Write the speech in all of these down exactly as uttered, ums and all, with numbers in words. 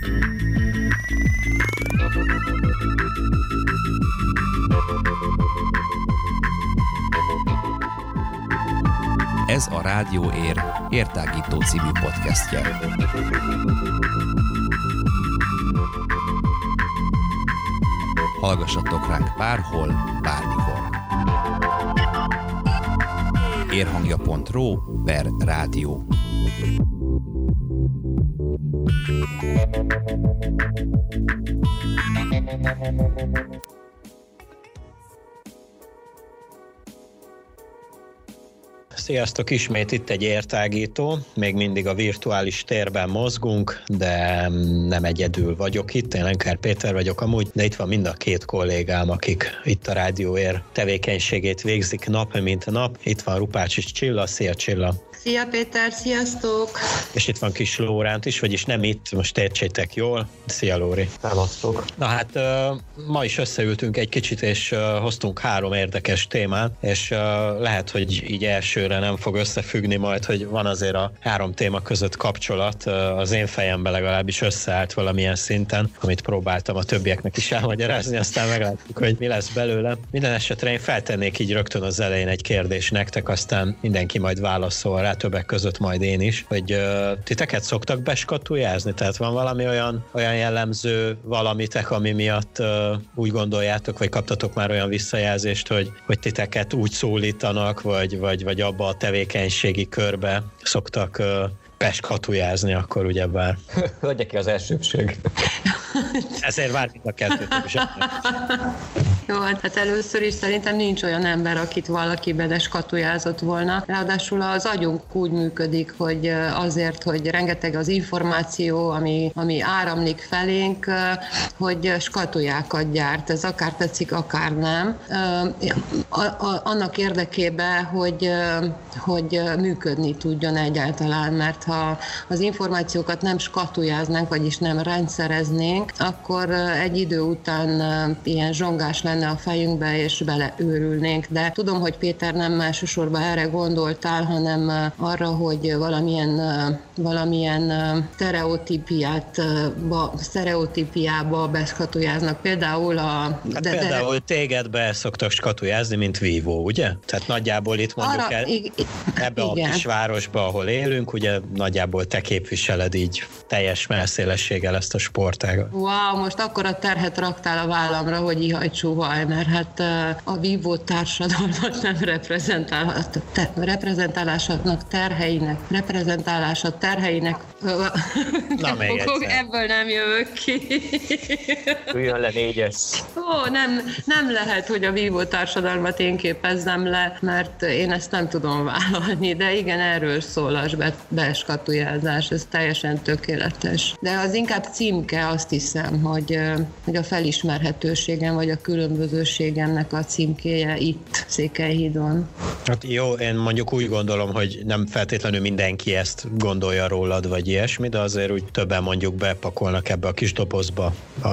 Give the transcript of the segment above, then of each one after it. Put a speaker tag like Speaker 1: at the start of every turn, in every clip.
Speaker 1: Ez a Rádió Ér Értágító című podcastje. Hallgassatok ránk bárhol, bármikor. érhangja pont ro per rádió.
Speaker 2: Sziasztok, ismét itt egy értágító, még mindig a virtuális térben mozgunk, de nem egyedül vagyok itt, én Lenker Péter vagyok amúgy, de itt van mind a két kollégám, akik itt a Rádió Ér tevékenységét végzik nap, mint nap. Itt van Rupácsis Csilla, szia Csilla!
Speaker 3: Szia Péter, sziasztok!
Speaker 2: És itt van Kis Lóránt is, vagyis nem itt, most értsétek jól. Szia Lóri!
Speaker 4: Szevasztok!
Speaker 2: Na hát ma is összeültünk egy kicsit, és hoztunk három érdekes témát, és lehet, hogy így elsőre nem fog összefüggni majd, hogy van azért a három téma között kapcsolat, az én fejemben legalábbis összeállt valamilyen szinten, amit próbáltam a többieknek is elmagyarázni, aztán meglátjuk, hogy mi lesz belőle. Minden esetre én feltennék így rögtön az elején egy kérdést nektek, aztán mindenki majd válaszol rá, többek között majd én is, hogy uh, titeket szoktak beskatujázni? Tehát van valami olyan, olyan jellemző valamitek, ami miatt uh, úgy gondoljátok, vagy kaptatok már olyan visszajelzést, hogy, hogy titeket úgy szólítanak, vagy, vagy, vagy abba a tevékenységi körbe szoktak uh, beskatujázni, akkor ugyebár.
Speaker 4: Legyen ki az elsőbség.
Speaker 2: Ezért várjuk a kettőt is.
Speaker 3: Jó, hát először is szerintem nincs olyan ember, akit valaki bedeskatujázott volna. Ráadásul az agyunk úgy működik, hogy azért, hogy rengeteg az információ, ami, ami áramlik felénk, hogy skatujákat gyárt. Ez akár tetszik, akár nem. A, a, annak érdekében, hogy, hogy működni tudjon egyáltalán, mert ha az információkat nem skatujáznánk, vagyis nem rendszereznénk, akkor egy idő után ilyen zsongás lenne a fejünkbe, és beleőrülnénk. De tudom, hogy Péter nem elsősorban erre gondoltál, hanem arra, hogy valamilyen, valamilyen sztereotípiába, sztereotípiába beskatujáznak. Például a...
Speaker 2: Hát
Speaker 3: de,
Speaker 2: például
Speaker 3: de,
Speaker 2: téged be szoktak skatujázni, mint vívó, ugye? Tehát nagyjából itt mondjuk
Speaker 3: arra,
Speaker 2: el,
Speaker 3: ig-
Speaker 2: ebbe
Speaker 3: igen.
Speaker 2: a kis városba, ahol élünk, ugye nagyjából te képviseled így teljes melszélességgel ezt a sportágat.
Speaker 3: Wow, most akkor a terhet raktál a vállamra, hogy ihaj csuvaj, mert hát a vívó társadalmat nem reprezentálhat, te, reprezentálásának terheinek, reprezentálása terheinek,
Speaker 2: Na, még
Speaker 3: fogok,
Speaker 2: egyszer.
Speaker 3: ebből nem jövök ki.
Speaker 4: Üljön le négyes.
Speaker 3: Ó, nem, nem lehet, hogy a vívó társadalmat én képezzem le, mert én ezt nem tudom vállalni, de igen, erről szól a be, beskatujázás, ez teljesen tökéletes. De az inkább címke, azt hiszem, hogy, hogy a felismerhetőségem vagy a különbözőségemnek a címkéje itt, Székelyhídon.
Speaker 2: Hát jó, én mondjuk úgy gondolom, hogy nem feltétlenül mindenki ezt gondolja rólad, vagy ilyesmi, de azért úgy többen mondjuk bepakolnak ebbe a kis dobozba, a,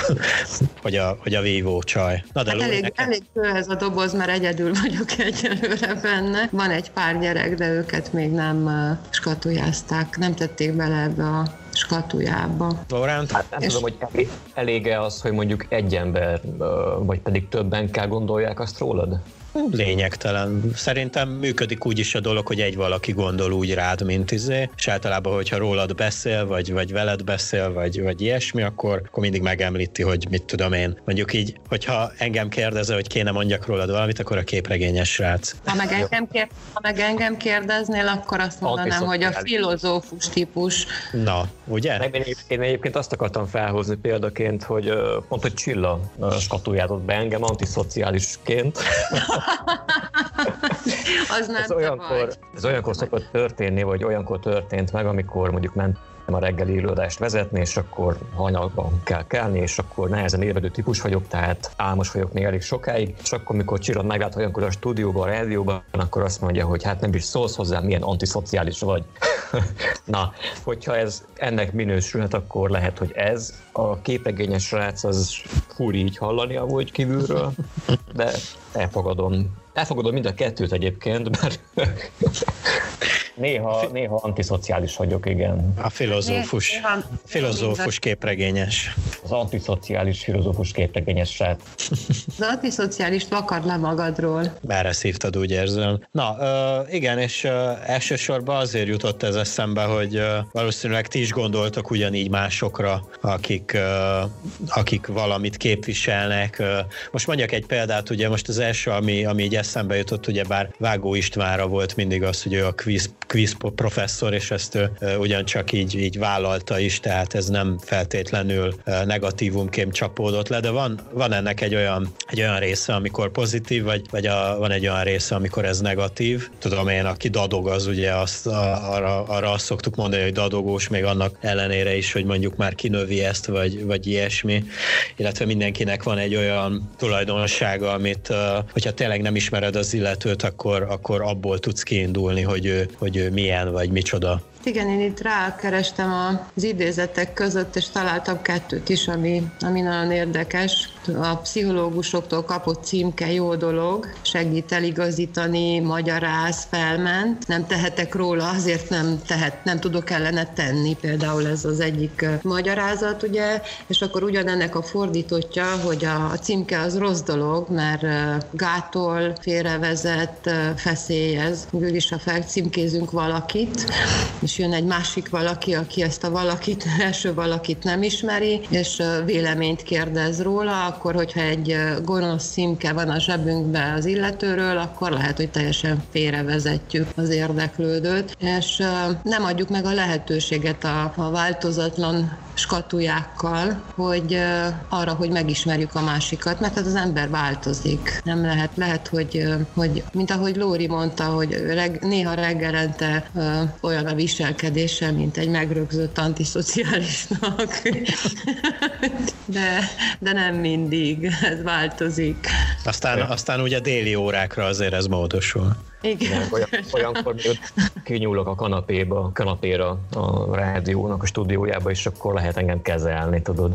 Speaker 2: hogy, a, hogy a vívó csaj. Na, de
Speaker 3: hát
Speaker 2: Lóri,
Speaker 3: elég,
Speaker 2: nekem...
Speaker 3: elég fő ez a doboz, mert egyedül vagyok egyelőre benne. Van egy pár gyerek, de őket még nem skatujázták, nem tették bele ebbe a skatujába.
Speaker 2: Lóránt?
Speaker 4: Hát nem
Speaker 3: És...
Speaker 4: tudom, hogy elég, elég-e az, hogy mondjuk egy ember, vagy pedig többen kell gondolják azt rólad?
Speaker 2: Lényegtelen. Szerintem működik úgy is a dolog, hogy egy valaki gondol úgy rád, mint izé, és általában, hogyha rólad beszél, vagy, vagy veled beszél, vagy, vagy ilyesmi, akkor, akkor mindig megemlíti, hogy mit tudom én. Mondjuk így, hogyha engem kérdezel, hogy kéne mondjak rólad valamit, akkor a képregényes srác.
Speaker 3: Ha meg engem, kér, ha meg engem kérdeznél, akkor azt mondanám, hogy a filozófus típus.
Speaker 2: Na, ugye?
Speaker 4: Én egyébként, egyébként azt akartam felhozni példaként, hogy pont, hogy Csilla skatujázott be engem antiszociálisként.
Speaker 3: Az nem
Speaker 4: ez, olyankor, ez olyankor szokott történni, vagy olyankor történt meg, amikor mondjuk mentem a reggeli előadást vezetni, és akkor hajnalban kell kelni, és akkor nehezen élvedő típus vagyok, tehát álmos vagyok még elég sokáig, és akkor, mikor Csilla meglát olyankor a stúdióban, a rádióban, akkor azt mondja, hogy hát nem is szólsz hozzá, milyen antiszociális vagy. Na, hogyha ez ennek minősülhet, akkor lehet, hogy ez a képregényes srác az fúri így hallani amúgy kívülről, de elfogadom. Elfogadom mind a kettőt egyébként, mert Néha, néha antiszociális vagyok, igen.
Speaker 2: A filozófus, néha, filozófus képregényes.
Speaker 4: Az antiszociális filozófus képregényes srác.
Speaker 3: Az antiszociálist akard le magadról.
Speaker 2: Merre szívtad, úgy érzem. Na, igen, és elsősorban azért jutott ez eszembe, hogy valószínűleg ti is gondoltok ugyanígy másokra, akik, akik valamit képviselnek. Most mondjak egy példát, ugye most az első, ami, ami így eszembe jutott, ugye bár Vágó Istvánra volt mindig az, hogy ő a quiz, quiz professzor, és ezt ő ugyancsak így, így vállalta is, tehát ez nem feltétlenül negatívumként csapódott le, de van, van ennek egy olyan, egy olyan része, amikor pozitív, vagy, vagy a, van egy olyan része, amikor ez negatív. Tudom én, aki dadog, az ugye azt, arra, arra azt szoktuk mondani, hogy dadogós, még annak ellenére is, hogy mondjuk már kinövi ezt, vagy, vagy ilyesmi. Illetve mindenkinek van egy olyan tulajdonsága, amit, hogyha tényleg nem ismered az illetőt, akkor, akkor abból tudsz kiindulni, hogy ő, hogy ő milyen, vagy micsoda.
Speaker 3: Igen, én itt rákerestem az idézetek között, és találtam kettőt is, ami, ami nagyon érdekes. A pszichológusoktól kapott címke jó dolog, segít eligazítani, magyaráz, felment. Nem tehetek róla, azért nem, tehet, nem tudok ellene tenni, például ez az egyik magyarázat, ugye, és akkor ugyanennek a fordítottja, hogy a, a címke az rossz dolog, mert gátol, félrevezet, feszélyez. Mégis, ha felcímkézünk valakit, és jön egy másik valaki, aki ezt a valakit, első valakit nem ismeri, és véleményt kérdez róla, akkor, hogyha egy gonosz címke van a zsebünkben az illetőről, akkor lehet, hogy teljesen félrevezetjük az érdeklődőt, és nem adjuk meg a lehetőséget a, a változatlan skatujákkal, hogy arra, hogy megismerjük a másikat, mert az ember változik. Nem lehet, lehet, hogy, hogy mint ahogy Lóri mondta, hogy reg, néha reggelente olyan a viselkedése, mint egy megrögzött antiszociálisnak. De, de nem mindig, ez változik.
Speaker 2: Aztán, aztán ugye déli órákra azért ez módosul.
Speaker 3: Igen.
Speaker 4: Olyan, olyankor kinyúlok a kanapéba, kanapéra a rádiónak a stúdiójába, és akkor lehet engem kezelni, tudod.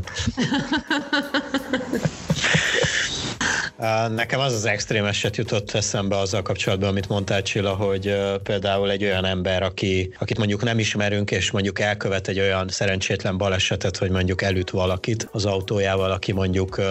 Speaker 2: Nekem az az extrém eset jutott eszembe azzal kapcsolatban, amit mondtál, Csilla, hogy például egy olyan ember, aki, akit mondjuk nem ismerünk, és mondjuk elkövet egy olyan szerencsétlen balesetet, hogy mondjuk elüt valakit az autójával, aki mondjuk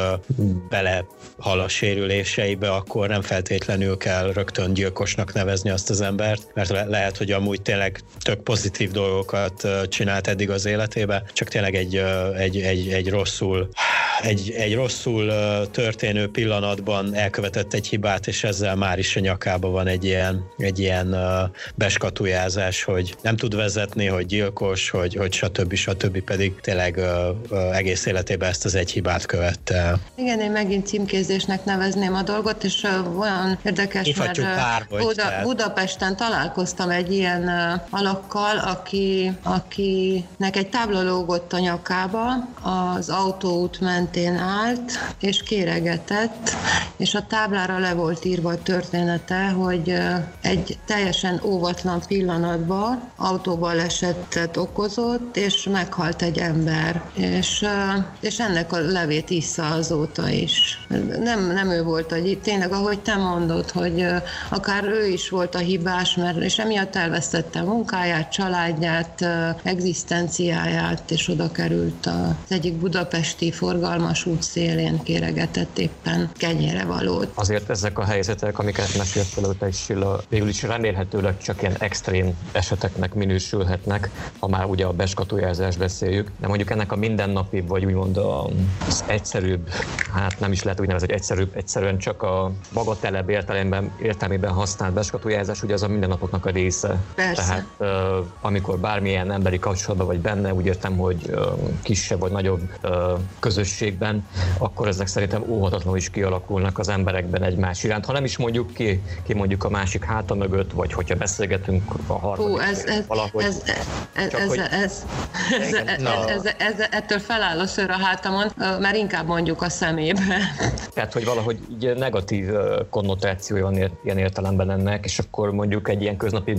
Speaker 2: belehal a sérüléseibe, akkor nem feltétlenül kell rögtön gyilkosnak nevezni azt az embert, mert le- lehet, hogy amúgy tényleg tök pozitív dolgokat csinált eddig az életébe, csak tényleg egy, egy, egy, egy rosszul egy, egy rosszul történő pillanatban elkövetett egy hibát, és ezzel már is a nyakába van egy ilyen, egy ilyen beskatujázás, hogy nem tud vezetni, hogy gyilkos, hogy, hogy stb. stb. Pedig tényleg egész életében ezt az egy hibát követte el.
Speaker 3: Igen, én megint címkézésnek nevezném a dolgot, és olyan érdekes, mert Buda, Budapesten találkoztam egy ilyen alakkal, aki, akinek egy tábla lógott a nyakába, az autóút mentén állt, és kéregetett, és a táblára le volt írva a története, hogy egy teljesen óvatlan pillanatban autóbalesetet okozott, és meghalt egy ember, és, és ennek a levét issza azóta is. Nem, nem ő volt, hogy tényleg, ahogy te mondod, hogy akár ő is volt a hibás, mert és emiatt elvesztette munkáját, családját, egzisztenciáját, és oda került az egyik budapesti forgalmas út szélén, kéregetett éppen kenyére valót.
Speaker 4: Azért ezek a helyzetek, amiket meséltél előtte is, Csilla, végül is remélhetőleg csak ilyen extrém eseteknek minősülhetnek, ha már ugye a beskatujázást beszéljük, de mondjuk ennek a mindennapi, vagy úgymond az egyszerűbb, hát nem is lehet úgy nevezni, hogy egyszerűbb, egyszerűen csak a bagatelebb értelemben, értelmében használt beskatujázás, ugye az a mindennapoknak a része.
Speaker 3: Persze.
Speaker 4: Tehát uh, amikor bármilyen emberi kapcsolatban vagy benne, úgy értem, hogy uh, kisebb vagy nagyobb uh, közösségben, akkor ezek szerintem óhatatlanul is kialakulnak az emberekben egymás iránt. Ha nem is mondjuk ki, ki mondjuk a másik háta mögött, vagy hogyha beszélgetünk a harmadik.
Speaker 3: Hú, ez, ez, valahogy. Ez, ez, ez, hogy... ez, ez, ez, ez, ez, ettől feláll a szőr a hátamon, már inkább mondjuk a szemébe.
Speaker 4: Tehát, hogy valahogy így negatív konnotációja van ilyen értelemben ennek, és akkor mondjuk egy ilyen köznapi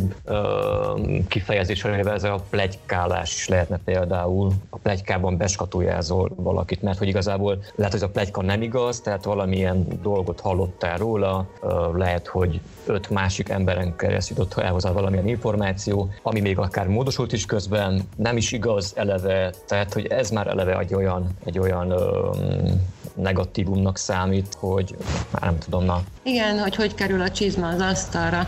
Speaker 4: kifejezésre ez a pletykálás is lehetne például. A pletykában beskatujázol valakit, mert hogy igazából lehet, hogy a pletyka nem igaz, tehát valamilyen olyan dolgot hallottál róla, lehet, hogy öt másik emberen keresztül jutott el hozzá valamilyen információ, ami még akár módosult is közben, nem is igaz eleve, tehát hogy ez már eleve egy olyan, egy olyan um, negatívumnak számít, hogy már nem tudom, na.
Speaker 3: Igen, hogy hogy kerül a csizma az asztalra.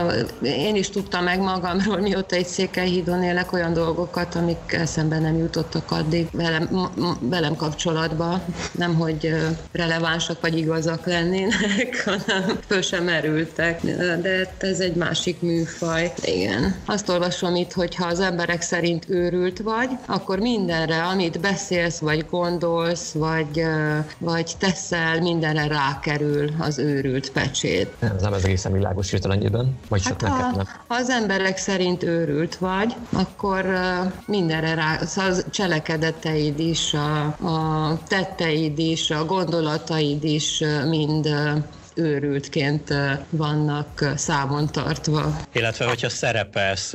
Speaker 3: Én is tudtam meg magamról, mióta egy Székelyhídon élek, olyan dolgokat, amik eszembe nem jutottak addig velem, velem kapcsolatban. Nem, hogy relevánsak vagy igazak lennének, hanem föl sem merültek. De ez egy másik műfaj. Igen. Azt olvasom itt, hogy ha az emberek szerint őrült vagy, akkor mindenre, amit beszélsz, vagy gondolsz, vagy, vagy teszel, mindenre rákerül az őrült pecsét.
Speaker 4: Ez nem ez egészen világos értelemben, vagy csak
Speaker 3: hát
Speaker 4: neked
Speaker 3: ha,
Speaker 4: nem.
Speaker 3: Ha az emberek szerint őrült vagy, akkor mindenre rá, a cselekedeteid is, a, a tetteid is, a gondolataid is mind őrültként vannak számon tartva.
Speaker 2: Illetve, hogyha szerepelsz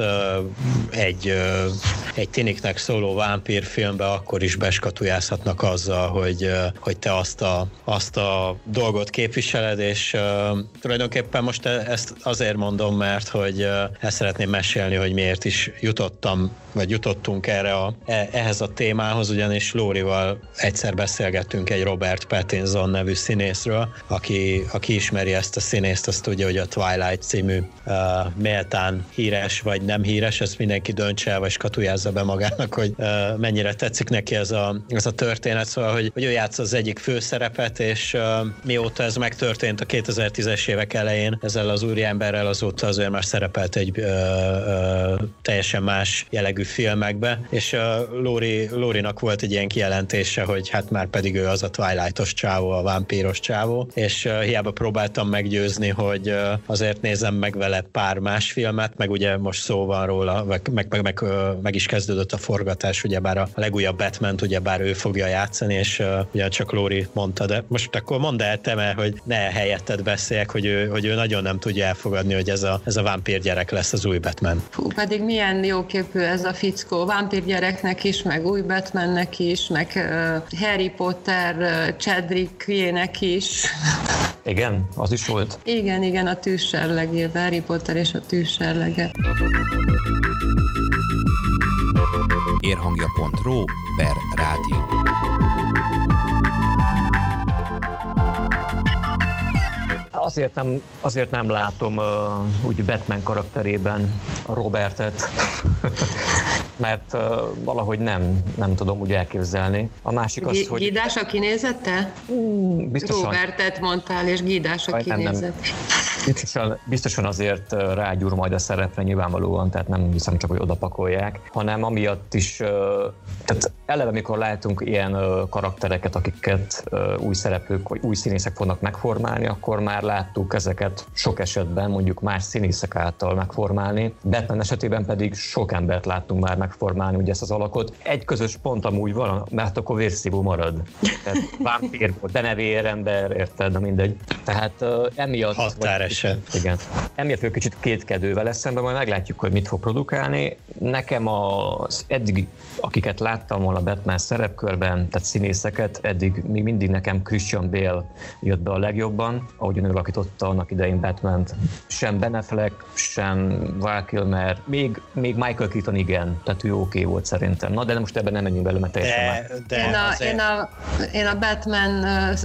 Speaker 2: egy, egy tiniknek szóló vámpírfilmbe, akkor is beskatujázhatnak azzal, hogy, hogy te azt a, azt a dolgot képviseled, és tulajdonképpen most ezt azért mondom, mert hogy el szeretném mesélni, hogy miért is jutottam, vagy jutottunk erre a, ehhez a témához, ugyanis Lórival egyszer beszélgettünk egy Robert Pattinson nevű színészről, aki, aki ismeri ezt a színészt, azt tudja, hogy a Twilight című uh, méltán híres vagy nem híres, ezt mindenki döntse el, vagy skatujázza be magának, hogy uh, mennyire tetszik neki ez a, ez a történet, szóval, hogy, hogy ő játsza az egyik főszerepet, és uh, mióta ez megtörtént a kétezer-tízes évek elején, ezzel az úriemberrel, azóta azért már szerepelt egy uh, uh, teljesen más jellegű filmekbe, és uh, Lóri, Lórinak volt egy ilyen kijelentése, hogy hát már pedig ő az a Twilight-os csávó, a vámpíros csávó, és uh, hiába próbáltam meggyőzni, hogy uh, azért nézem meg vele pár más filmet, meg ugye most szó van róla, meg, meg, meg, meg, uh, meg is kezdődött a forgatás, ugyebár a legújabb Batman-t, ugyebár ő fogja játszani, és uh, ugye csak Lóri mondta, de most akkor mondd el te, mert hogy ne helyetted beszéljek, hogy ő, hogy ő nagyon nem tudja elfogadni, hogy ez a, ez a vámpír gyerek lesz az új Batman.
Speaker 3: Fú, pedig milyen jóképű ez a fickó, vámpír gyereknek is, meg új Batmannek is, meg uh, Harry Potter uh, Chadwick-jének is.
Speaker 4: Igen, az is volt.
Speaker 3: Igen, igen, a tűzserlegével, Harry Potter és a tűzserlege.
Speaker 1: érhangja pont ro per rádió.
Speaker 4: Azért nem, azért nem látom uh, úgy Batman karakterében a Robertet, mert uh, valahogy nem, nem tudom úgy elképzelni. A másik az, hogy...
Speaker 3: Gidás a kinézete?
Speaker 4: Mm, biztosan.
Speaker 3: Robertet mondtál, és Gidás a kinézet.
Speaker 4: Biztosan, biztosan azért rágyúr majd a szerepre nyilvánvalóan, tehát nem hiszem csak, hogy odapakolják, hanem amiatt is, tehát eleve mikor látunk ilyen karaktereket, akiket új szereplők vagy új színészek fognak megformálni, akkor már láttuk ezeket sok esetben mondjuk más színészek által megformálni. Batman esetében pedig sok embert láttunk már megformálni ugye ezt az alakot. Egy közös pont amúgy van, mert akkor vérszívó marad. Tehát vámpír volt, denevér ember, érted, de mindegy. Tehát uh, emiatt...
Speaker 2: Határesen.
Speaker 4: Igen. Emiatt egy kicsit kétkedővel lesz szemben, majd meglátjuk, hogy mit fog produkálni. Nekem az eddig, akiket láttam volna Batman szerepkörben, tehát színészeket, eddig még mindig nekem Christian Bale jött be a legjobban, ahogy ő alakította annak idején Batmant. Sem Ben Affleck, sem Val Kilmer, még, még Michael Keaton igen, tehát ő oké okay volt szerintem. Na, de most ebben nem menjünk belőle, mert teljesen
Speaker 2: de,
Speaker 4: már.
Speaker 2: de
Speaker 3: én, a, én, a, én a Batman,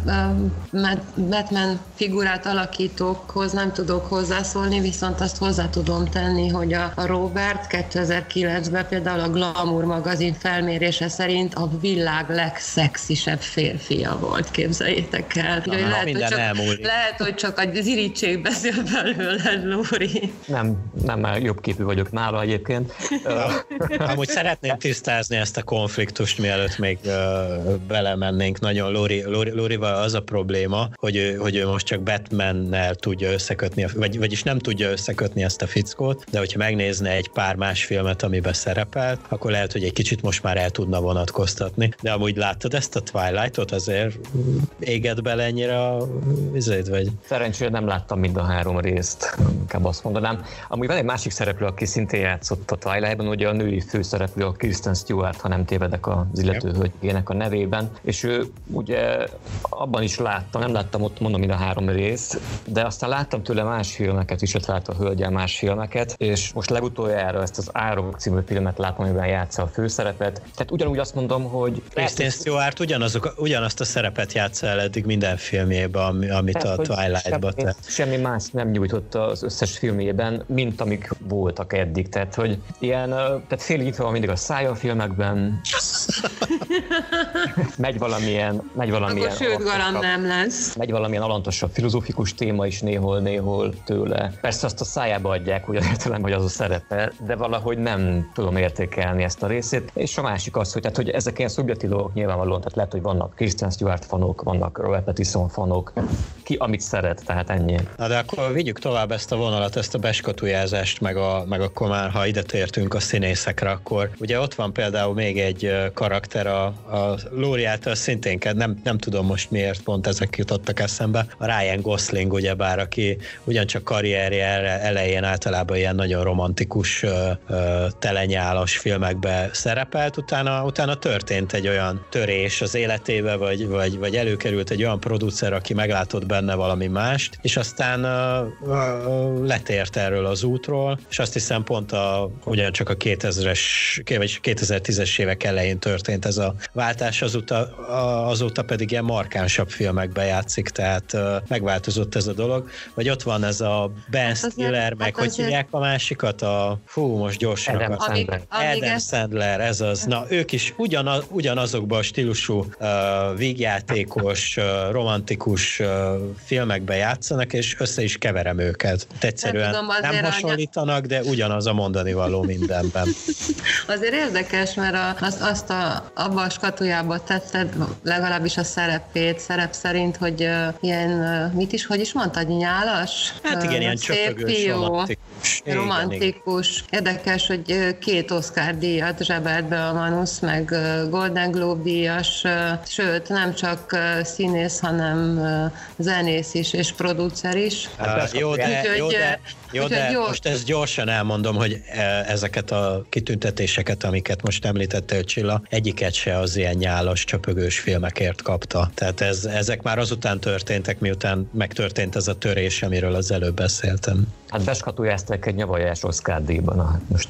Speaker 3: uh, Batman figurát alakítókhoz nem tudok hozzászólni, viszont azt hozzá tudom tenni, hogy a, a Robert kétezer-kilencben például a Glamour magazin felmérése szerint a világ legszexisebb férfia volt, képzeljétek el.
Speaker 2: Na, na,
Speaker 3: lehet,
Speaker 2: minden
Speaker 3: hogy
Speaker 2: elmúlik.
Speaker 3: csak, lehet, hogy csak az irítség beszél belőle, Lóri.
Speaker 4: Nem, nem, már jobb képű vagyok nála egyébként.
Speaker 2: Amúgy szeretném tisztázni ezt a konfliktust, mielőtt még uh, belemennénk nagyon. Lóri, Lóri, Lórival az a probléma, hogy ő, hogy ő most csak Batmannel tudja összekötni, vagy, vagyis nem tudja összekötni ezt a fickót, de hogyha megnézne egy pár más filmet, amiben szerepelt, akkor lehet, hogy egy kicsit most már el tudna vonatkoztatni. De amúgy láttad ezt a Twilight-ot, azért éged bele ennyire a vizét, vagy?
Speaker 4: Szerencsére nem láttam mind a három részt, inkább azt mondanám. Amúgy van egy másik szereplő, aki szintén játszott a Twilight-ban ugye a női főszereplő a Kristen Stewart, ha nem tévedek az illető hölgyének a nevében, és ő ugye abban is láttam, nem láttam ott mondom mind a három rész, de aztán láttam tőle más filmeket is, ott láttam a hölgyel más filmeket, és most legutoljára ezt az Árok című filmet látom, amiben játsza a főszerepet. Tehát ugyanúgy azt mondom, hogy...
Speaker 2: Kristen Stewart ugyanazok, ugyanazt a szerepet játsza el eddig minden filmjében, amit tehát, a Twilight-ban tett.
Speaker 4: Semmi más nem nyújtott az összes filmjében, mint amik voltak eddig. Tehát, hogy ilyen, tehát félig itt van mindig a szája a filmekben, megy valamilyen, megy valamilyen...
Speaker 3: Akkor sőt, garam nem lesz.
Speaker 4: Megy valamilyen alantosabb filozófikus téma is néhol-néhol tőle. Persze azt a szájába adják, úgy értelem, hogy az a szerepe, de valahogy nem tudom értékelni ezt a részét. És a másik az, hogy, tehát, hogy ezek ilyen szubjektív dolgok nyilvánvalóan, tehát lehet, hogy vannak Kristen Stewart fanok, vannak Robert Pattinson fanok, ki amit szeret, tehát ennyi.
Speaker 2: Na de akkor vigyük tovább ezt a vonalat, ezt a beskatujázást, meg, a, meg akkor már, ha ide tértünk a színészekre, akkor ugye ott van például még egy karakter, a, a Laurie által szintén, nem, nem tudom most miért pont ezek jutottak eszembe, a Ryan Gosling ugyebár, aki ugyancsak karrierje elején általában ilyen nagyon romantikus, telenyálas filmekbe szerepelt, utána, utána történt egy olyan törés az életébe, vagy, vagy, vagy előkerült egy olyan producer, aki meglátott benne valami mást, és aztán uh, uh, letért erről az útról, és azt hiszem pont a, ugyancsak a kétezres, vagy kétezer-tízes évek elején történt ez a váltás, azóta, azóta pedig ilyen markánsabb filmekben játszik, tehát uh, megváltozott ez a dolog. Vagy ott van ez a Ben hát Stiller, meg hát hogy azért... hívják a másikat? A, fú, most gyorsan
Speaker 4: Adam
Speaker 2: akar.
Speaker 4: Sandler.
Speaker 2: Adam Sandler, ez az. Na, ők is ugyanaz, ugyanazokban a stílusú uh, vígjátékos, uh, romantikus uh, filmekben játszanak, és össze is keverem őket. Egyszerűen nem, tudom, nem hasonlítanak, de ugyanaz a mondani való mindenben.
Speaker 3: Azért érdekes, mert a, azt, azt a, abba a skatujába tetted, legalábbis a szerepét, szerep szerint, hogy uh, ilyen, uh, mit is, hogy is mondtad, nyálas?
Speaker 2: Hát igen, uh, ilyen csöpögős, romantikus. Igen,
Speaker 3: romantikus. Igen. Érdekes, hogy két Oscar díjat zsebelt be a Manus, meg Golden Globe díjas, sőt, nem csak színész, hanem zenész is, és producer is.
Speaker 2: Hát, uh, jó, de, úgy, jó, de, jó, de jó. Most ezt gyorsan elmondom, hogy ezeket a kitüntetéseket, amiket most említettél, Csilla, egyiket se az ilyen nyálas, csöpögős filmekért kapta. Tehát ez, ezek már azután történtek, miután megtörtént ez a törés, amiről az előbb beszéltem.
Speaker 4: Hát beskatujázták egy nyavajás Oscar díjban. Most...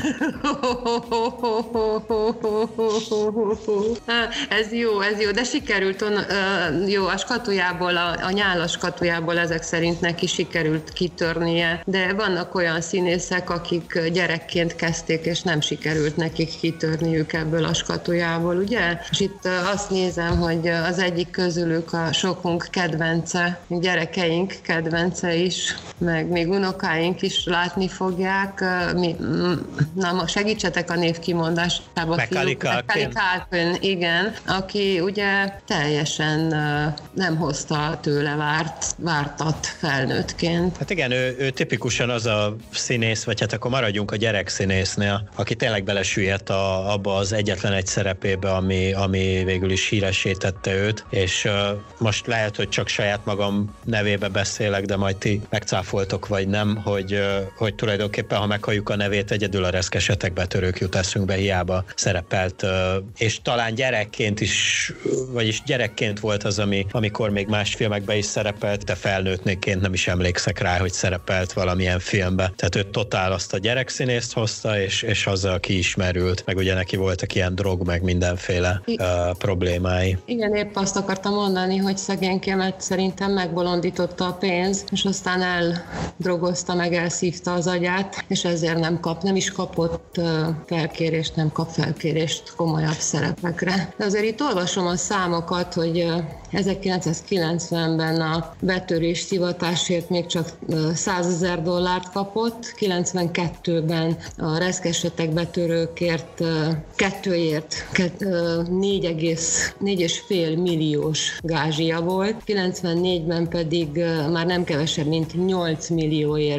Speaker 3: ez jó, ez jó, de sikerült, jó, a skatujából, a, a nyálas skatujából ezek szerint neki sikerült kitörnie, de vannak olyan színészek, akik gyerekként kezdték, és nem sikerült nekik kitörniük ebből a skatujából, ugye? És itt azt nézem, hogy az egyik közülük a sokunk kedvence, gyerekeink kedvence is, meg még unokáink is látni fogják. Mi, na, segítsetek a név kimondásában.
Speaker 2: Macaulay
Speaker 3: Culkin, igen, aki ugye teljesen nem hozta tőle várt, vártat felnőttként.
Speaker 2: Hát igen, ő, ő tipikusan az a színész, vagy hát akkor maradjunk a gyerekszínésznél, aki tényleg belesüllyedt a, abba az egyetlen egy szerepébe, ami, ami végül is híresítette őt, és uh, most lehet, hogy csak saját magam nevébe beszélek, de majd ti megcáfoltok, vagy nem, hogy, uh, hogy tulajdonképpen, ha meghalljuk a nevét, egyedül a Reszkesetek betörők jut eszünkbe, hiába szerepelt, uh, és talán gyerekként is, vagyis gyerekként volt az, ami, amikor még más filmekben is szerepelt, de felnőttnéként nem is emlékszek rá, hogy szerepelt valamilyen filmbe. Tehát ő totál azt a gyerekszínészt hozta, és, és azzal kiismerült, meg ugye neki voltak ilyen drog, meg mindenféle I- uh, problémái.
Speaker 3: Igen, épp azt akartam mondani, hogy szegénykémet szerintem megbolondította a pénz, és aztán eldrogozta, meg elszívta az agyát, és ezért nem kap, nem is kapott uh, felkérést, nem kap felkérést komolyabb szerepekre. De azért itt olvasom a számokat, hogy uh, ezerkilencszázkilencvenben a betörés szivatásért még csak százezer dollárt kapott, kilencvenkettőben a Reszkesetek betörőkért kettőért négy egész négy milliós gázsia volt, kilencvennégyben pedig már nem kevesebb, mint nyolc millióért vállalt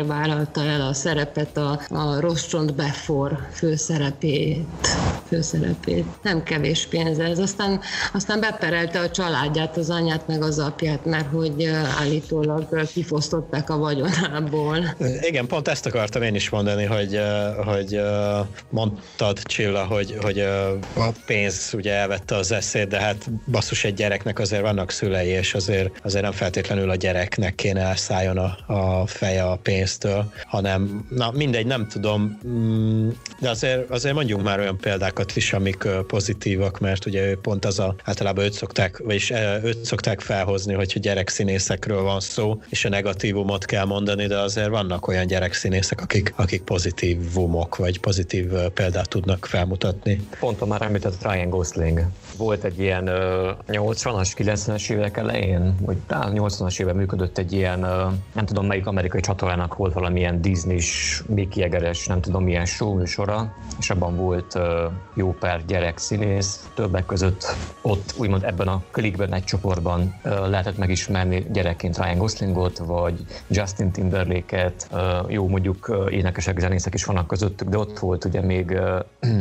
Speaker 3: fogadta el a szerepet, a, a Roscsont Befor főszerepét, főszerepét. Nem kevés pénz ez. Aztán, aztán beperelte a családját, az anyját meg az apját, mert hogy állítólag kifosztották a vagyonából.
Speaker 2: Igen, pont ezt akartam én is mondani, hogy, hogy mondtad, Csilla, hogy, hogy a pénz ugye elvette az eszét, de hát basszus, egy gyereknek azért vannak szülei, és azért, azért nem feltétlenül a gyereknek kéne elszálljon a, a feje a pénztől, hanem na mindegy, nem tudom, de azért, azért mondjunk már olyan példákat is, amik pozitívak, mert ugye pont az a, általában őt szokták, vagyis őt szokták felhozni, hogy gyerekszínészekről van szó, és a negatívumot kell mondani, de azért vannak olyan gyerekszínészek, akik, akik pozitívumok, vagy pozitív példát tudnak felmutatni.
Speaker 4: Pont a már említett Ryan Gosling. Volt egy ilyen ö, nyolcvanas, kilencvenes évek elején, vagy talán nyolcvanas évben működött egy ilyen, ö, nem tudom melyik amerikai csatornának volt valamilyen Disney-s, Mickey Jaggeres, nem tudom milyen show műsora, és abban volt ö, jó pár gyerek színész, többek között ott úgymond ebben a klikben egy csoportban ö, lehetett megismerni gyerekként Ryan Goslingot, vagy Justin Timberlake-et, ö, jó mondjuk ö, énekesek, zenészek is vannak közöttük, de ott volt ugye még ö,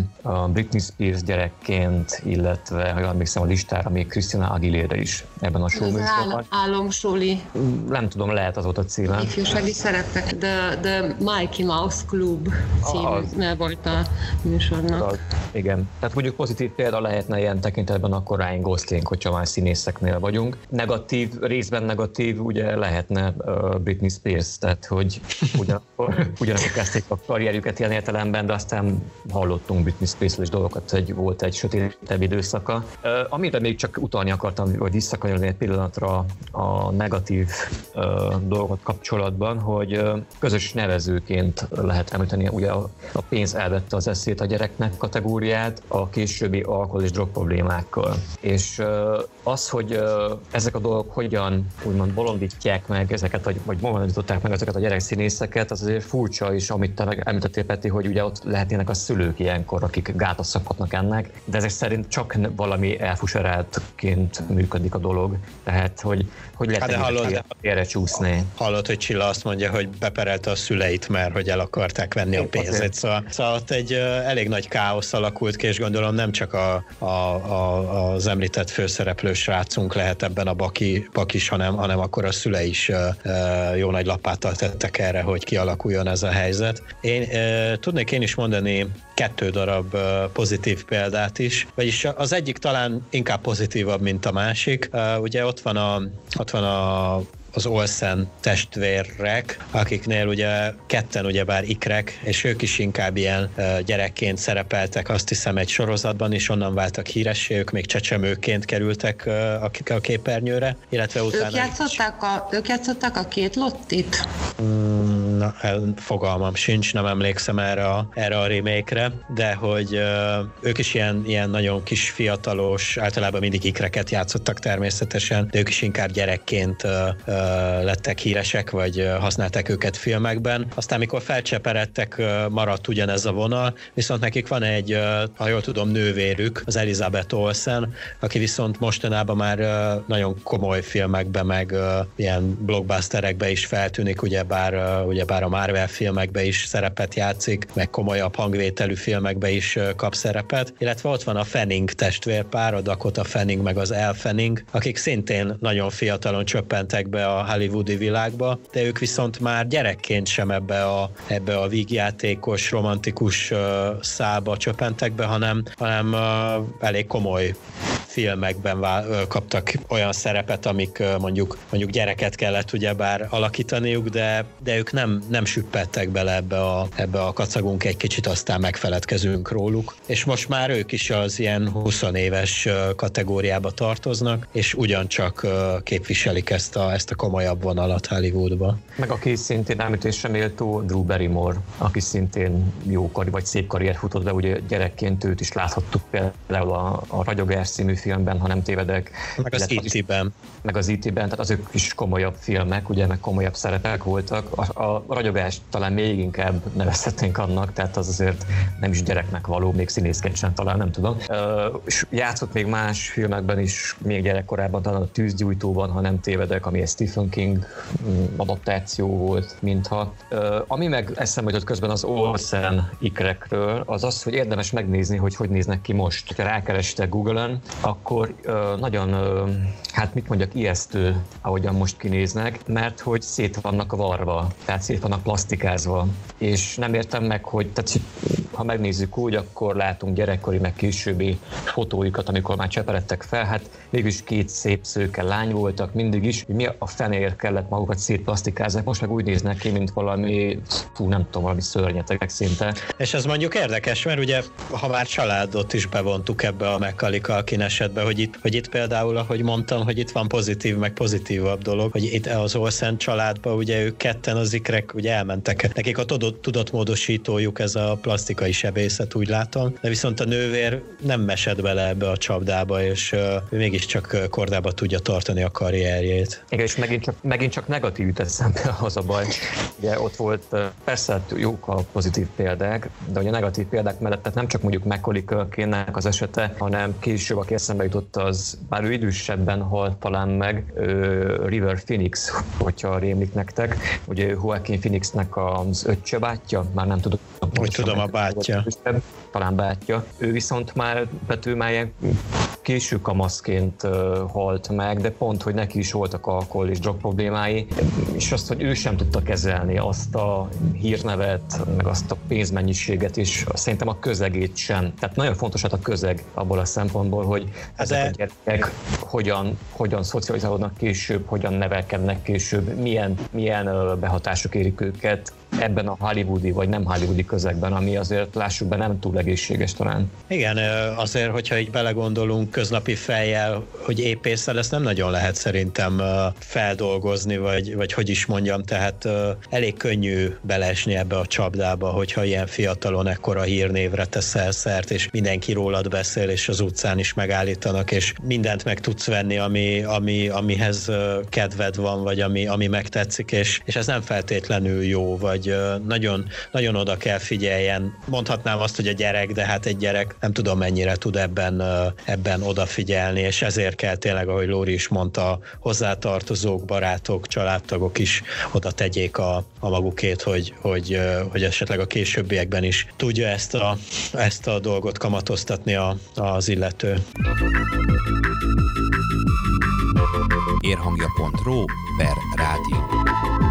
Speaker 4: a Britney Spears gyerekként, illetve ha jól emlékszem a listára, még Christina Aguilera is ebben a showműsorban.
Speaker 3: Álomsuli.
Speaker 4: Nem tudom, lehet az ott a címe.
Speaker 3: Ifjúsági szerepek, The, the Mickey Mouse Club címe volt a műsornak.
Speaker 4: Az, igen. Tehát mondjuk pozitív példa lehetne ilyen tekintetben akkor Ryan Gosling, hogyha már színészeknél vagyunk. Negatív, részben negatív, ugye lehetne uh, Britney Spears, tehát hogy ugyanakkor, ugyanakkor kezdték a karrierjüket ilyen értelemben, de aztán hallottunk Britney Spears-ről is dolgokat, hogy volt egy sötétebb időszaka. Uh, amire még csak utalni akartam, hogy visszakanyolni egy pillanatra a negatív uh, dolgot kapcsolatban, hogy uh, közös nevezőként lehet említeni, ugye a, a pénz elvette az eszét a gyereknek kategóriát a későbbi alkohol és drog problémákkal. És uh, az, hogy uh, ezek a dolgok hogyan úgymond bolondítják meg ezeket, vagy, vagy bolondították meg ezeket a gyerekszínészeket, az azért furcsa is, amit te említettél, Peti, hogy ugye ott lehetnének a szülők ilyenkor, akik gátat szabhatnak ennek, de ezek szerint csak valami elfuseráltként működik a dolog. Tehát, hogy, hogy lehet
Speaker 2: hát hallod,
Speaker 4: erre csúszni.
Speaker 2: Hallod, hogy Csilla azt mondja, hogy beperelte a szüleit, mert hogy el akarták venni a pénzét. Szóval, szóval ott egy uh, elég nagy káosz alakult ki, és gondolom nem csak a, a, a, az említett főszereplő srácunk lehet ebben a baki, bakis, hanem, hanem akkor a szülei is uh, uh, jó nagy lapáttal tettek erre, hogy kialakuljon ez a helyzet. Én uh, tudnék én is mondani kettő darab uh, pozitív példát is, vagyis az egyik talán inkább pozitívabb, mint a másik. Uh, ugye ott van a, ott van a az Olsen testvérek, akiknél ugye ketten ugyebár ikrek, és ők is inkább ilyen uh, gyerekként szerepeltek, azt hiszem egy sorozatban is, onnan váltak híressé, ők még csecsemőként kerültek uh, a, a képernyőre, illetve utána...
Speaker 3: Ők játszották a, ők játszották a két Lottit?
Speaker 2: Mm, na, fogalmam sincs, nem emlékszem erre a, erre a remake-re, de hogy uh, ők is ilyen, ilyen nagyon kis fiatalos, általában mindig ikreket játszottak természetesen, de ők is inkább gyerekként uh, uh, lettek híresek, vagy használták őket filmekben. Aztán, mikor felcseperedtek, maradt ugyanez a vonal, viszont nekik van egy, ha jól tudom, nővérük, az Elizabeth Olsen, aki viszont mostanában már nagyon komoly filmekben, meg ilyen blockbusterekbe is feltűnik, ugyebár, ugyebár a Marvel filmekbe is szerepet játszik, meg komolyabb hangvételű filmekbe is kap szerepet, illetve ott van a Fanning testvérpár, a Dakota Fanning meg az Elle Fanning, akik szintén nagyon fiatalon csöppentek be a hollywoodi világba, de ők viszont már gyerekként sem ebbe a, ebbe a vígjátékos, romantikus uh, szálba csöppentek be, hanem, hanem uh, elég komoly filmekben vál, uh, kaptak olyan szerepet, amik uh, mondjuk, mondjuk gyereket kellett ugyebár alakítaniuk, de, de ők nem, nem süppettek bele ebbe a, ebbe a kacagunk egy kicsit, aztán megfeledkezünk róluk. És most már ők is az ilyen húsz éves uh, kategóriába tartoznak, és ugyancsak uh, képviselik ezt a, ezt a komolyabb vonalat Hollywoodba.
Speaker 4: Meg aki szintén említésre méltó, Drew Barrymore, aki szintén jó karrier, vagy szép karrier futott be, ugye gyerekként őt is láthattuk például a, a Ragyogás című filmben, ha nem tévedek.
Speaker 2: Meg az í té-ben.
Speaker 4: Meg az í té-ben, tehát azok is komolyabb filmek, ugye, meg komolyabb szerepek voltak. A, a ragyogást talán még inkább nevezhetnénk annak, tehát az azért nem is gyereknek való, még színészkedsen talán, nem tudom. Uh, és játszott még más filmekben is, még gyerekkorában, talán a Tűzgyújtóban, ha nem tévedek, ami egy Stephen King adaptáció volt, mintha. Uh, ami meg eszembe jutott közben az Olsen ikrekről, az az, hogy érdemes megnézni, hogy hogy néznek ki most. Ha rákerestek Google-ön, akkor uh, nagyon, uh, hát mit mondjak, ijesztő, ahogyan most kinéznek, mert hogy szét vannak varva, tehát szét vannak plastikázva. És nem értem meg, hogy tehát, ha megnézzük úgy, akkor látunk gyerekkori, meg későbbi fotóikat, amikor már cseperedtek fel, hát mégis két szép szőke lány voltak mindig is, hogy mi a fenéért kellett magukat szétplastikázni, most meg úgy néznek ki, mint valami, fú, nem tudom, valami szörnyetegek szinte.
Speaker 2: És ez mondjuk érdekes, mert ugye, ha már családot is bevontuk ebbe a Macaulay Culkin esetbe, hogy itt, hogy itt például, ahogy mondtam, hogy itt van pozitív, meg pozitívabb dolog, hogy itt az Olsen családban ugye ők ketten az ikrek ugye elmentek. Nekik a tudatmódosítójuk ez a plastikai sebészet, úgy látom, de viszont a nővér nem mesed bele ebbe a csapdába, és ő mégiscsak kordába tudja tartani a karrierjét.
Speaker 4: Igen, és megint csak, megint csak negatív jut eszembe, az a baj. Ugye ott volt, persze jók a pozitív példák, de ugye a negatív példák mellett tehát nem csak mondjuk Macaulay Culkinnek az esete, hanem később, aki eszembe jutott, az bár ő idősebben halt talán meg, River Phoenix, hogyha rémlik nektek. Ugye Joaquin Phoenixnek az öccse bátyja, már nem tudom.
Speaker 2: Úgy tudom, a bátyja.
Speaker 4: Talán bátyja. Ő viszont már Betőmája késő kamaszként uh, halt meg, de pont, hogy neki is voltak alkohol és drog problémái, és azt, hogy ő sem tudta kezelni azt a hírnevet, meg azt a pénzmennyiséget, és szerintem a közegét sem. Tehát nagyon fontos hát a közeg abból a szempontból, hogy ezek a gyerekek hogyan, hogyan szocializálódnak később, hogyan nevelkednek később, milyen, milyen uh, behatások érik őket ebben a hollywoodi vagy nem hollywoodi közegben, ami azért lássuk be nem túl egészséges talán.
Speaker 2: Igen, azért, hogyha így belegondolunk köznapi fejjel, hogy épészel, ezt nem nagyon lehet szerintem feldolgozni, vagy, vagy hogy is mondjam, tehát elég könnyű beleesni ebbe a csapdába, hogyha ilyen fiatalon ekkora hírnévre teszel szert, és mindenki rólad beszél, és az utcán is megállítanak, és mindent meg tudsz venni, ami, ami, amihez kedved van, vagy ami, ami megtetszik, és, és ez nem feltétlenül jó, vagy nagyon, nagyon oda kell figyeljen. Mondhatnám azt, hogy a gyerek, de hát egy gyerek nem tudom mennyire tud ebben, ebben odafigyelni, és ezért kell tényleg, ahogy Lóri is mondta, hozzátartozók, barátok, családtagok is oda tegyék a, a magukét, hogy, hogy, hogy esetleg a későbbiekben is tudja ezt a, ezt a dolgot kamatoztatni a, az illető.
Speaker 1: érhangja pont ro per rádió.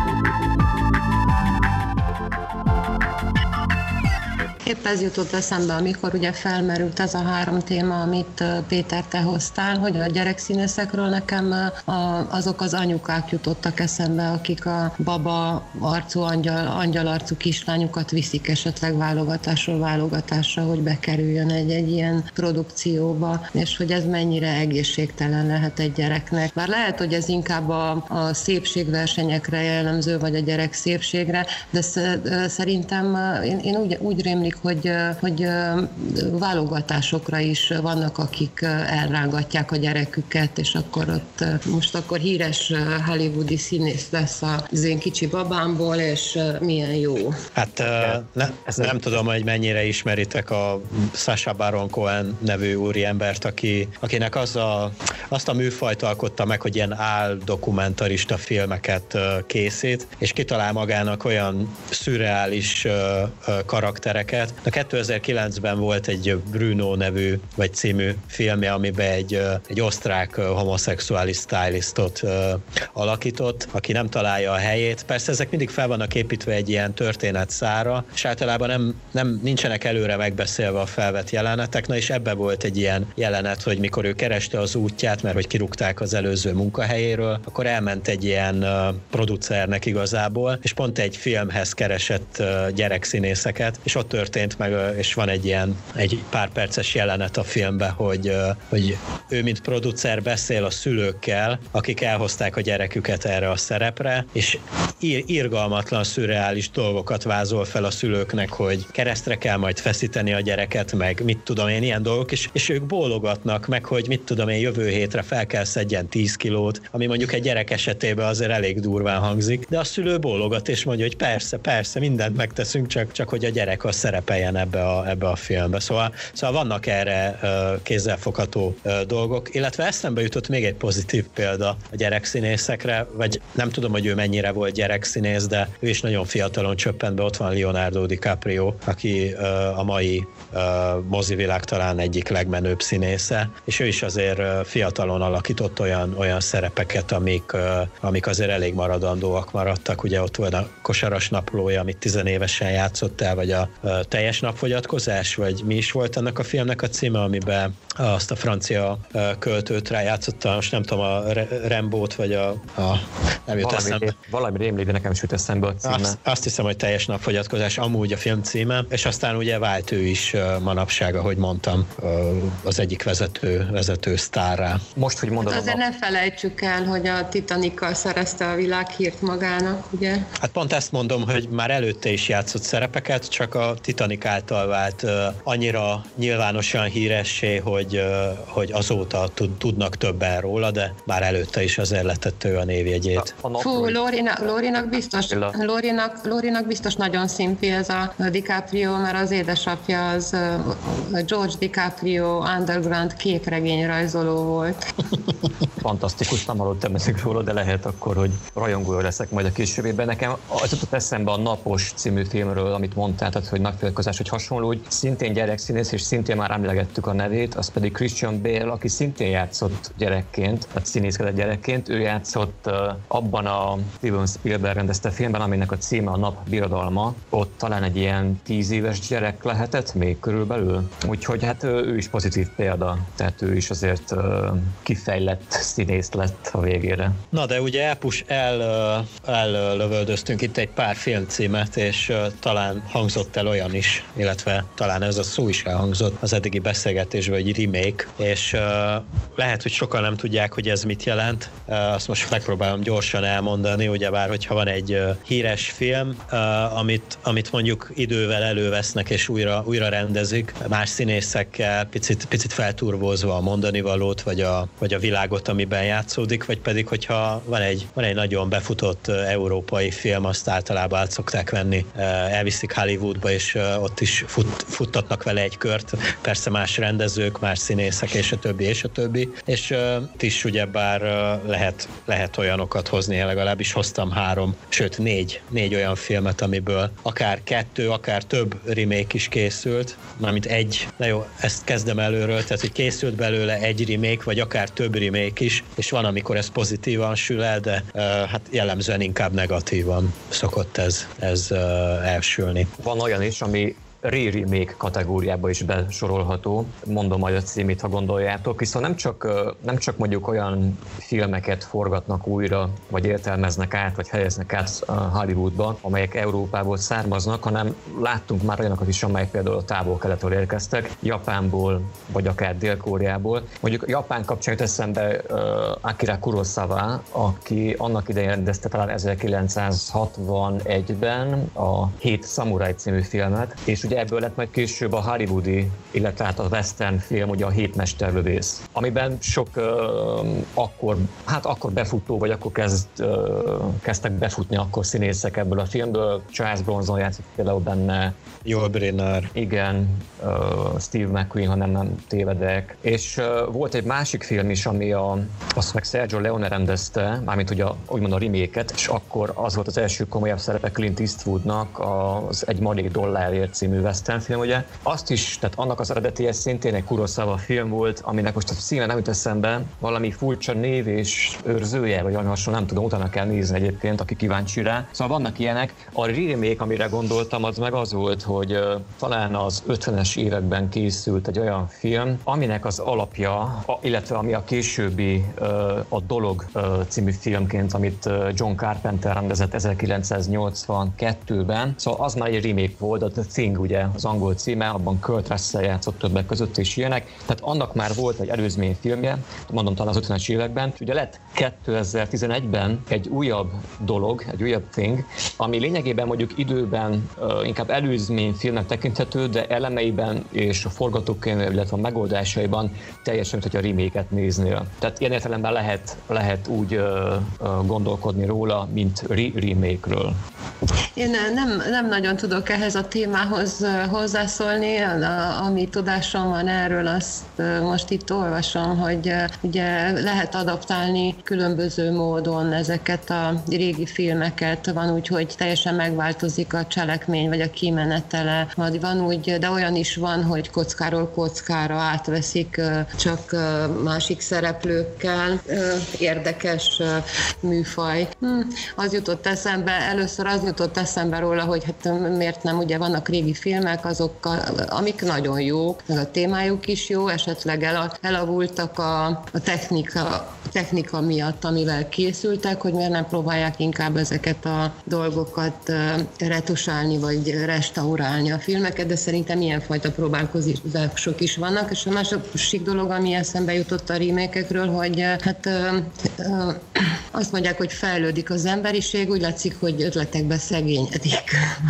Speaker 3: Épp ez jutott eszembe, amikor ugye felmerült ez a három téma, amit Péter, te hoztál, hogy a gyerekszínészekről nekem azok az anyukák jutottak eszembe, akik a baba arcú, angyal, angyalarcú kislányukat viszik esetleg válogatásról válogatásra, hogy bekerüljön egy, egy ilyen produkcióba, és hogy ez mennyire egészségtelen lehet egy gyereknek. Bár lehet, hogy ez inkább a, a szépségversenyekre jellemző, vagy a gyerek szépségre, de szerintem én, én úgy, úgy rémlik, Hogy, hogy válogatásokra is vannak, akik elrángatják a gyereküket, és akkor ott most akkor híres hollywoodi színész lesz az én kicsi babámból, és milyen jó.
Speaker 2: Hát ne, nem tudom, hogy mennyire ismeritek a Sacha Baron Cohen nevű úriembert, aki, akinek az a, azt a műfajt alkotta meg, hogy ilyen áldokumentarista filmeket készít, és kitalál magának olyan szürreális karaktereket. A kétezer-kilencben volt egy Bruno nevű, vagy című filmje, amiben egy, egy osztrák homoszexuális stylistot alakított, aki nem találja a helyét. Persze ezek mindig fel vannak építve egy ilyen történetszára, és általában nem, nem nincsenek előre megbeszélve a felvett jelenetek, na és ebbe volt egy ilyen jelenet, hogy mikor ő kereste az útját, mert hogy kirúgták az előző munkahelyéről, akkor elment egy ilyen producernek igazából, és pont egy filmhez keresett gyerekszínészeket, és ott történt történt, meg, és van egy ilyen egy pár perces jelenet a filmben, hogy, hogy ő mint producer beszél a szülőkkel, akik elhozták a gyereküket erre a szerepre, és ír, irgalmatlan, szürreális dolgokat vázol fel a szülőknek, hogy keresztre kell majd feszíteni a gyereket, meg mit tudom én, ilyen dolgok, és, és ők bólogatnak meg, hogy mit tudom én, jövő hétre fel kell szedjen tíz kilót, ami mondjuk egy gyerek esetében azért elég durván hangzik, de a szülő bólogat és mondja, hogy persze, persze, mindent megteszünk, csak, csak hogy a gyerek az szerepeljen ebbe a, ebbe a filmbe. Szóval, szóval vannak erre uh, kézzelfogható uh, dolgok, illetve eszembe jutott még egy pozitív példa a gyerekszínészekre, vagy nem tudom, hogy ő mennyire volt gyerekszínész, de ő is nagyon fiatalon csöppent be, ott van Leonardo DiCaprio, aki uh, a mai uh, mozivilág talán egyik legmenőbb színésze, és ő is azért uh, fiatalon alakított olyan, olyan szerepeket, amik, uh, amik azért elég maradandóak maradtak. Ugye ott volt a Kosaras naplója, amit tizenévesen játszott el, vagy a uh, teljes napfogyatkozás, vagy mi is volt ennek a filmnek a címe, amiben azt a francia uh, költőt rájátszotta, most nem tudom, a Rembót, vagy a, a nem jut eszembe.
Speaker 4: Valami rémlik, de nekem is jut eszembe a címe.
Speaker 2: Azt, azt hiszem, hogy teljes napfogyatkozás, amúgy a film címe, és aztán ugye vált ő is uh, manapság, ahogy mondtam, uh, az egyik vezető, vezető sztárrá.
Speaker 4: Most, hogy mondod,
Speaker 3: hát azért ne felejtsük el, hogy a Titanikkal szerezte a világhírt magának, ugye?
Speaker 2: Hát pont ezt mondom, hogy már előtte is játszott szerepeket, csak a Titanic által vált uh, annyira nyilvánosan híressé, hogy, uh, hogy azóta tud, tudnak többen róla, de már előtte is azért letett ő a névjegyét.
Speaker 3: A, a Fú, Lórinak, Lórinak, biztos, Lórinak, Lórinak biztos nagyon szimpi ez a DiCaprio, mert az édesapja az uh, George DiCaprio underground képregény rajzoló volt.
Speaker 4: Fantasztikus, nem hallottam ezek róla, de lehet akkor, hogy rajongója leszek majd a későbbében. Nekem az jutott eszembe a Napos című filmről, amit mondtál, tehát, hogy Napfogyatkozás, hogy hasonló, hogy szintén gyerekszínész, és szintén már emlegettük a nevét, az pedig Christian Bale, aki szintén játszott gyerekként, tehát színészkedett gyerekként. Ő játszott uh, abban a Steven Spielberg rendezte filmben, aminek a címe a Nap birodalma. Ott talán egy ilyen tíz éves gyerek lehetett még körülbelül. Úgyhogy hát ő is pozitív példa, tehát ő is azért uh, kifejlett színész lett a végére.
Speaker 2: Na de ugye elpus, el, ellövöldöztünk itt egy pár filmcímet, és talán hangzott el olyan is, illetve talán ez a szó is elhangzott az eddigi beszélgetésben, hogy remake, és lehet, hogy sokan nem tudják, hogy ez mit jelent. Azt most megpróbálom gyorsan elmondani, ugyebár, hogyha van egy híres film, amit, amit mondjuk idővel elővesznek és újra, újra rendezik, más színészekkel, picit, picit felturvózva a mondani valót, vagy a, vagy a világot, amiben játszódik, vagy pedig, hogyha van egy, van egy nagyon befutott európai film, azt általában át szokták venni, elviszik Hollywoodba, és ott is fut, futtatnak vele egy kört, persze más rendezők, más színészek, és a többi, és a többi, és itt is ugyebár lehet, lehet olyanokat hozni, én legalábbis hoztam három, sőt négy, négy olyan filmet, amiből akár kettő, akár több remake is készült, mármint egy, na jó, ezt kezdem előről, tehát hogy készült belőle egy remake, vagy akár több remake is, és van, amikor ez pozitívan sül el, de uh, hát jellemzően inkább negatívan szokott ez, ez uh, elsülni.
Speaker 4: Van olyan is, ami re-remake kategóriába is besorolható, mondom majd a címét, ha gondoljátok, viszont nem csak, nem csak mondjuk olyan filmeket forgatnak újra, vagy értelmeznek át, vagy helyeznek át Hollywoodba, amelyek Európából származnak, hanem láttunk már olyanokat is, amelyek például a távol-keletről érkeztek, Japánból, vagy akár Dél-Koreából. Mondjuk Japán kapcsán jut eszembe uh, Akira Kurosawa, aki annak idején rendezte talán ezerkilencszázhatvanegyben a Hét szamuráj című filmet, és ugye ebből lett majd később a hollywoodi, illetve hát a western film, ugye a Hét mesterlövész, amiben sok uh, akkor, hát akkor befutó, vagy akkor kezd, uh, kezdtek befutni akkor színészek ebből a filmből. Charles Bronson játszott például benne.
Speaker 2: Joel Brynner.
Speaker 4: Igen, uh, Steve McQueen, ha nem, nem tévedek. És uh, volt egy másik film is, ami a, azt meg Sergio Leone rendezte, mármint ugye úgymond a remake-et, és akkor az volt az első komolyabb szerepe Clint Eastwoodnak, az Egy marék dollárért című western film, ugye. Azt is, tehát annak az eredetiye szintén egy Kurosawa film volt, aminek most a címe nem jut eszembe, valami furcsa név és őrzője, vagy valami hasonló, nem tudom, utána kell nézni egyébként, aki kíváncsi rá. Szóval vannak ilyenek. A remake, amire gondoltam, az meg az volt, hogy uh, talán az ötvenes években készült egy olyan film, aminek az alapja, a, illetve ami a későbbi uh, a Dolog uh, című filmként, amit uh, John Carpenter rendezett ezerkilencszáznyolcvankettőben. Szóval az már egy remake volt, a The Thing, ugye ugye az angol címe, abban Kurt Russell játszott többek között és ilyenek. Tehát annak már volt egy előzmény filmje, mondom talán az ötvenes években. Ugye lett kétezer-tizenegyben egy újabb dolog, egy újabb thing, ami lényegében mondjuk időben uh, inkább előzmény filmnek tekinthető, de elemeiben és a forgatókönyv, illetve a megoldásaiban teljesen, mint hogy a remake-et néznél. Tehát ilyen értelemben lehet, lehet úgy uh, uh, gondolkodni róla, mint re-remake-ről.
Speaker 3: Én nem, nem nagyon tudok ehhez a témához hozzászólni, ami tudásom van erről, azt most itt olvasom, hogy ugye lehet adaptálni különböző módon ezeket a régi filmeket, van úgy, hogy teljesen megváltozik a cselekmény, vagy a kimenetele, vagy van úgy, de olyan is van, hogy kockáról kockára átveszik csak másik szereplőkkel. Érdekes műfaj. Hm, az jutott eszembe, először az jutott eszembe róla, hogy hát miért nem, ugye vannak régi filmek, azok, amik nagyon jók, meg a témájuk is jó, esetleg el, elavultak a, a technika, technika miatt, amivel készültek, hogy miért nem próbálják inkább ezeket a dolgokat retusálni, vagy restaurálni a filmeket, de szerintem ilyenfajta próbálkozások is vannak, és a másik dolog, ami eszembe jutott a remake-ekről, hogy hát azt mondják, hogy fejlődik az emberiség, úgy látszik, hogy ötletekbe szegényedik.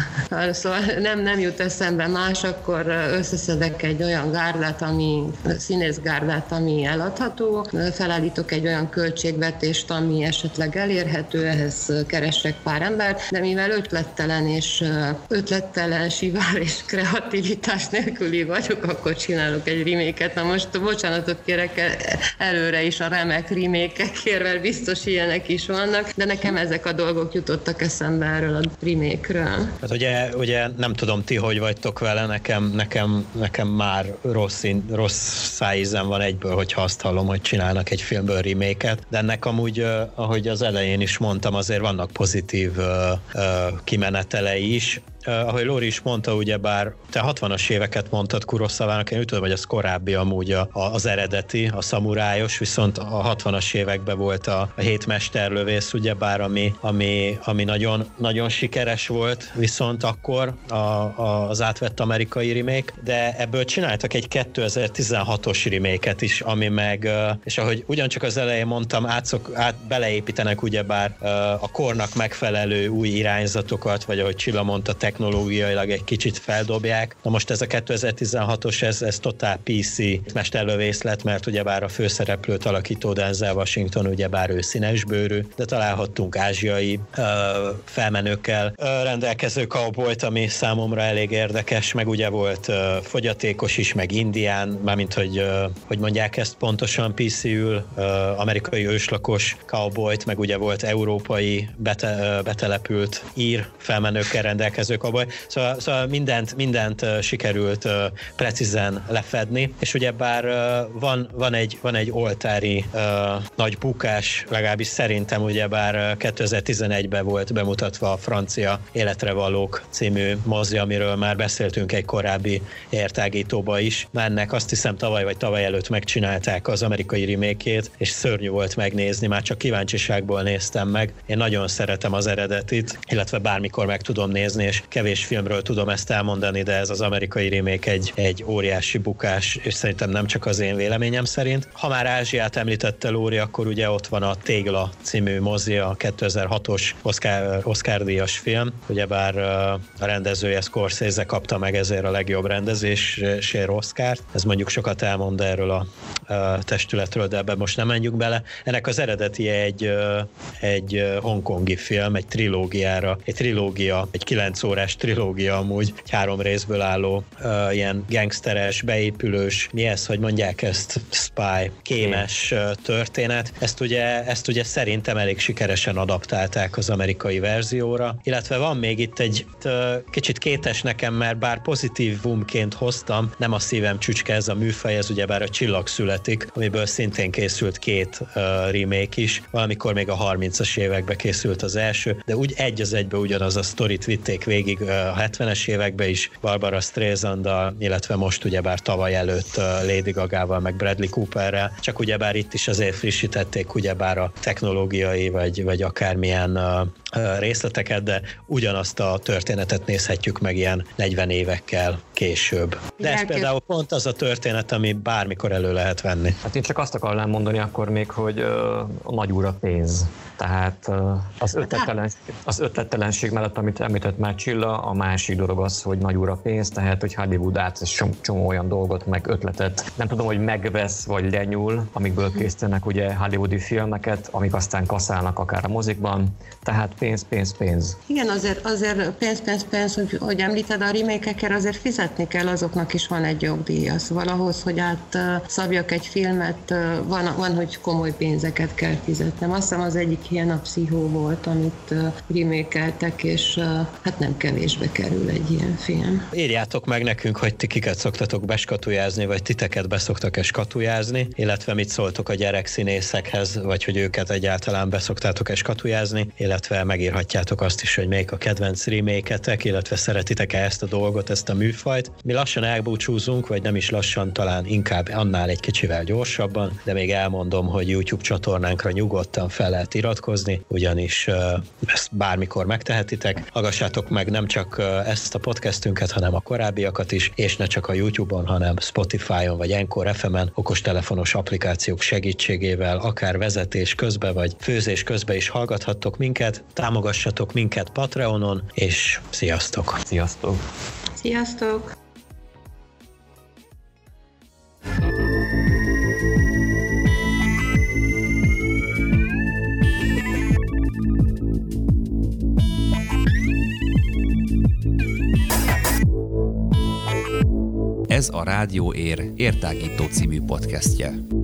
Speaker 3: Szóval nem, nem jut eszembe más, akkor összeszedek egy olyan gárdát, ami, színészgárdát, ami eladható, felállítok egy olyan költségvetést, ami esetleg elérhető, ehhez keresek pár embert, de mivel ötlettelen és ötlettelen, sivár és kreativitás nélküli vagyok, akkor csinálok egy remake-et. Na most bocsánatot kérek előre is a remek remake-ekért, mert biztos ilyenek is vannak, de nekem ezek a dolgok jutottak eszembe erről a remake-ről.
Speaker 2: Hát ugye, ugye nem tudom ti, hogy vagytok vele, nekem, nekem, nekem már rossz, rossz szájízem van egyből, hogyha azt hallom, hogy csinálnak egy filmből remake-et, de ennek amúgy, ahogy az elején is mondtam, azért vannak pozitív uh, uh, kimenetelei is. Uh, ahogy Lóri is mondta, ugyebár te hatvanas éveket mondtad Kurosavának, én úgy tudom, hogy az korábbi amúgy a, a, az eredeti, a szamurájos, viszont a hatvanas években volt a, a hét mesterlövész, ugyebár, ami, ami, ami nagyon, nagyon sikeres volt, viszont akkor a, a, az átvett amerikai remake, de ebből csináltak egy kétezer-tizenhatos remake-et is, ami meg, uh, és ahogy ugyancsak az elején mondtam, átszok, át beleépítenek ugyebár uh, a kornak megfelelő új irányzatokat, vagy ahogy Csilla mondta, technológiailag egy kicsit feldobják. Na most ez a kétezer-tizenhatos, ez, ez totál pé cé mesterlövész lett, mert ugyebár a főszereplőt alakító Denzel Washington ugyebár ő színesbőrű, de találhattunk ázsiai uh, felmenőkkel uh, rendelkező cowboyt, ami számomra elég érdekes, meg ugye volt uh, fogyatékos is, meg indián, mármint hogy, uh, hogy mondják ezt pontosan pé cé-ül, uh, amerikai őslakos cowboyt, meg ugye volt európai bete, uh, betelepült ír felmenőkkel rendelkező cowboy. Szóval, szóval mindent, mindent uh, sikerült uh, precízen lefedni, és ugyebár uh, van, van, egy, van egy oltári uh, nagy bukás, legalábbis szerintem ugyebár uh, kétezer-tizenegyben volt bemutatva a Francia Életre valók című mozi, amiről már beszéltünk egy korábbi értágítóba is. Ennek azt hiszem tavaly vagy tavaly előtt megcsinálták az amerikai remake-ét, és szörnyű volt megnézni, már csak kíváncsiságból néztem meg. Én nagyon szeretem az eredetit, illetve bármikor meg tudom nézni, és kevés filmről tudom ezt elmondani, de ez az amerikai remake egy, egy óriási bukás, és szerintem nem csak az én véleményem szerint. Ha már Ázsiát említette Lóri, akkor ugye ott van a Tégla című mozi, a kétezer-hatos Oscar, Oscar-díjas film, ugyebár a rendezője Scorsese kapta meg ezért a legjobb rendezésért Oscart. Ez mondjuk sokat elmond erről a, a testületről, de ebben most nem menjünk bele. Ennek az eredeti egy, egy hongkongi film, egy trilógiára, egy trilógia, egy kilenc órás trilógia amúgy, egy három részből álló uh, ilyen gangsteres, beépülős, mi ez, hogy mondják ezt, spy, kémes uh, történet. Ezt ugye, ezt ugye szerintem elég sikeresen adaptálták az amerikai verzióra, illetve van még itt egy uh, kicsit kétes nekem, mert bár pozitívumként hoztam, nem a szívem csücske ez a műfaj, ez ugyebár a Csillag születik, amiből szintén készült két uh, remake is, valamikor még a harmincas években készült az első, de úgy egy az egybe ugyanaz a sztorit vitték végig, végig a hetvenes években is Barbara Streisanddal, illetve most ugyebár tavaly előtt Lady Gagával, meg Bradley Cooperrel, csak ugyebár itt is azért frissítették ugyebár a technológiai, vagy, vagy akármilyen uh, részleteket, de ugyanazt a történetet nézhetjük meg ilyen negyven évekkel később. De ez például pont az a történet, ami bármikor elő lehet venni.
Speaker 4: Hát én csak azt akarnám mondani akkor még, hogy uh, a nagy úr a pénz. Tehát uh, az, ötlettelenség, az ötlettelenség mellett, amit említett már Csilla, a másik dolog az, hogy nagy úr a pénz, tehát hogy Hollywood átsz csomó olyan dolgot, meg ötletet. Nem tudom, hogy megvesz vagy lenyúl, amikből készítenek ugye hollywoodi filmeket, amik aztán kaszálnak akár a mozikban. Tehát pénz, pénz, pénz.
Speaker 3: Igen, azért, azért pénz, pénz, pénz, hogy, hogy említed a remake-ekkel, azért fizetni kell, azoknak is van egy jogdíja. Szóval ahhoz, hogy átszabjak egy filmet, van, van, hogy komoly pénzeket kell fizetnem. Azt hiszem az egyik ilyen a Pszichó volt, amit remake-eltek, és hát nem kevésbe kerül egy ilyen film.
Speaker 2: Írjátok meg nekünk, hogy ti kiket szoktatok beskatujázni, vagy titeket beszoktak-e skatujázni, illetve mit szóltok a gyerekszínészekhez, vagy hogy őket egyáltalán beszoktátok-e skatujázni, illetve megírhatjátok azt is, hogy melyik a kedvenc remake-etek, illetve szeretitek-e ezt a dolgot, ezt a műfajt. Mi lassan elbúcsúzunk, vagy nem is lassan, talán inkább annál egy kicsivel gyorsabban, de még elmondom, hogy YouTube csatornánkra nyugodtan fel lehet iratkozni, ugyanis uh, ezt bármikor megtehetitek. Hallgassátok meg nem csak uh, ezt a podcastünket, hanem a korábbiakat is, és ne csak a YouTube-on, hanem Spotify-on vagy Anchor ef em-en okostelefonos applikációk segítségével, akár vezetés közben vagy főzés közben is hallgathattok minket, támogassatok minket Patreonon, és sziasztok!
Speaker 4: Sziasztok!
Speaker 3: Sziasztok!
Speaker 1: Ez a Rádió Ér értágító című podcastje.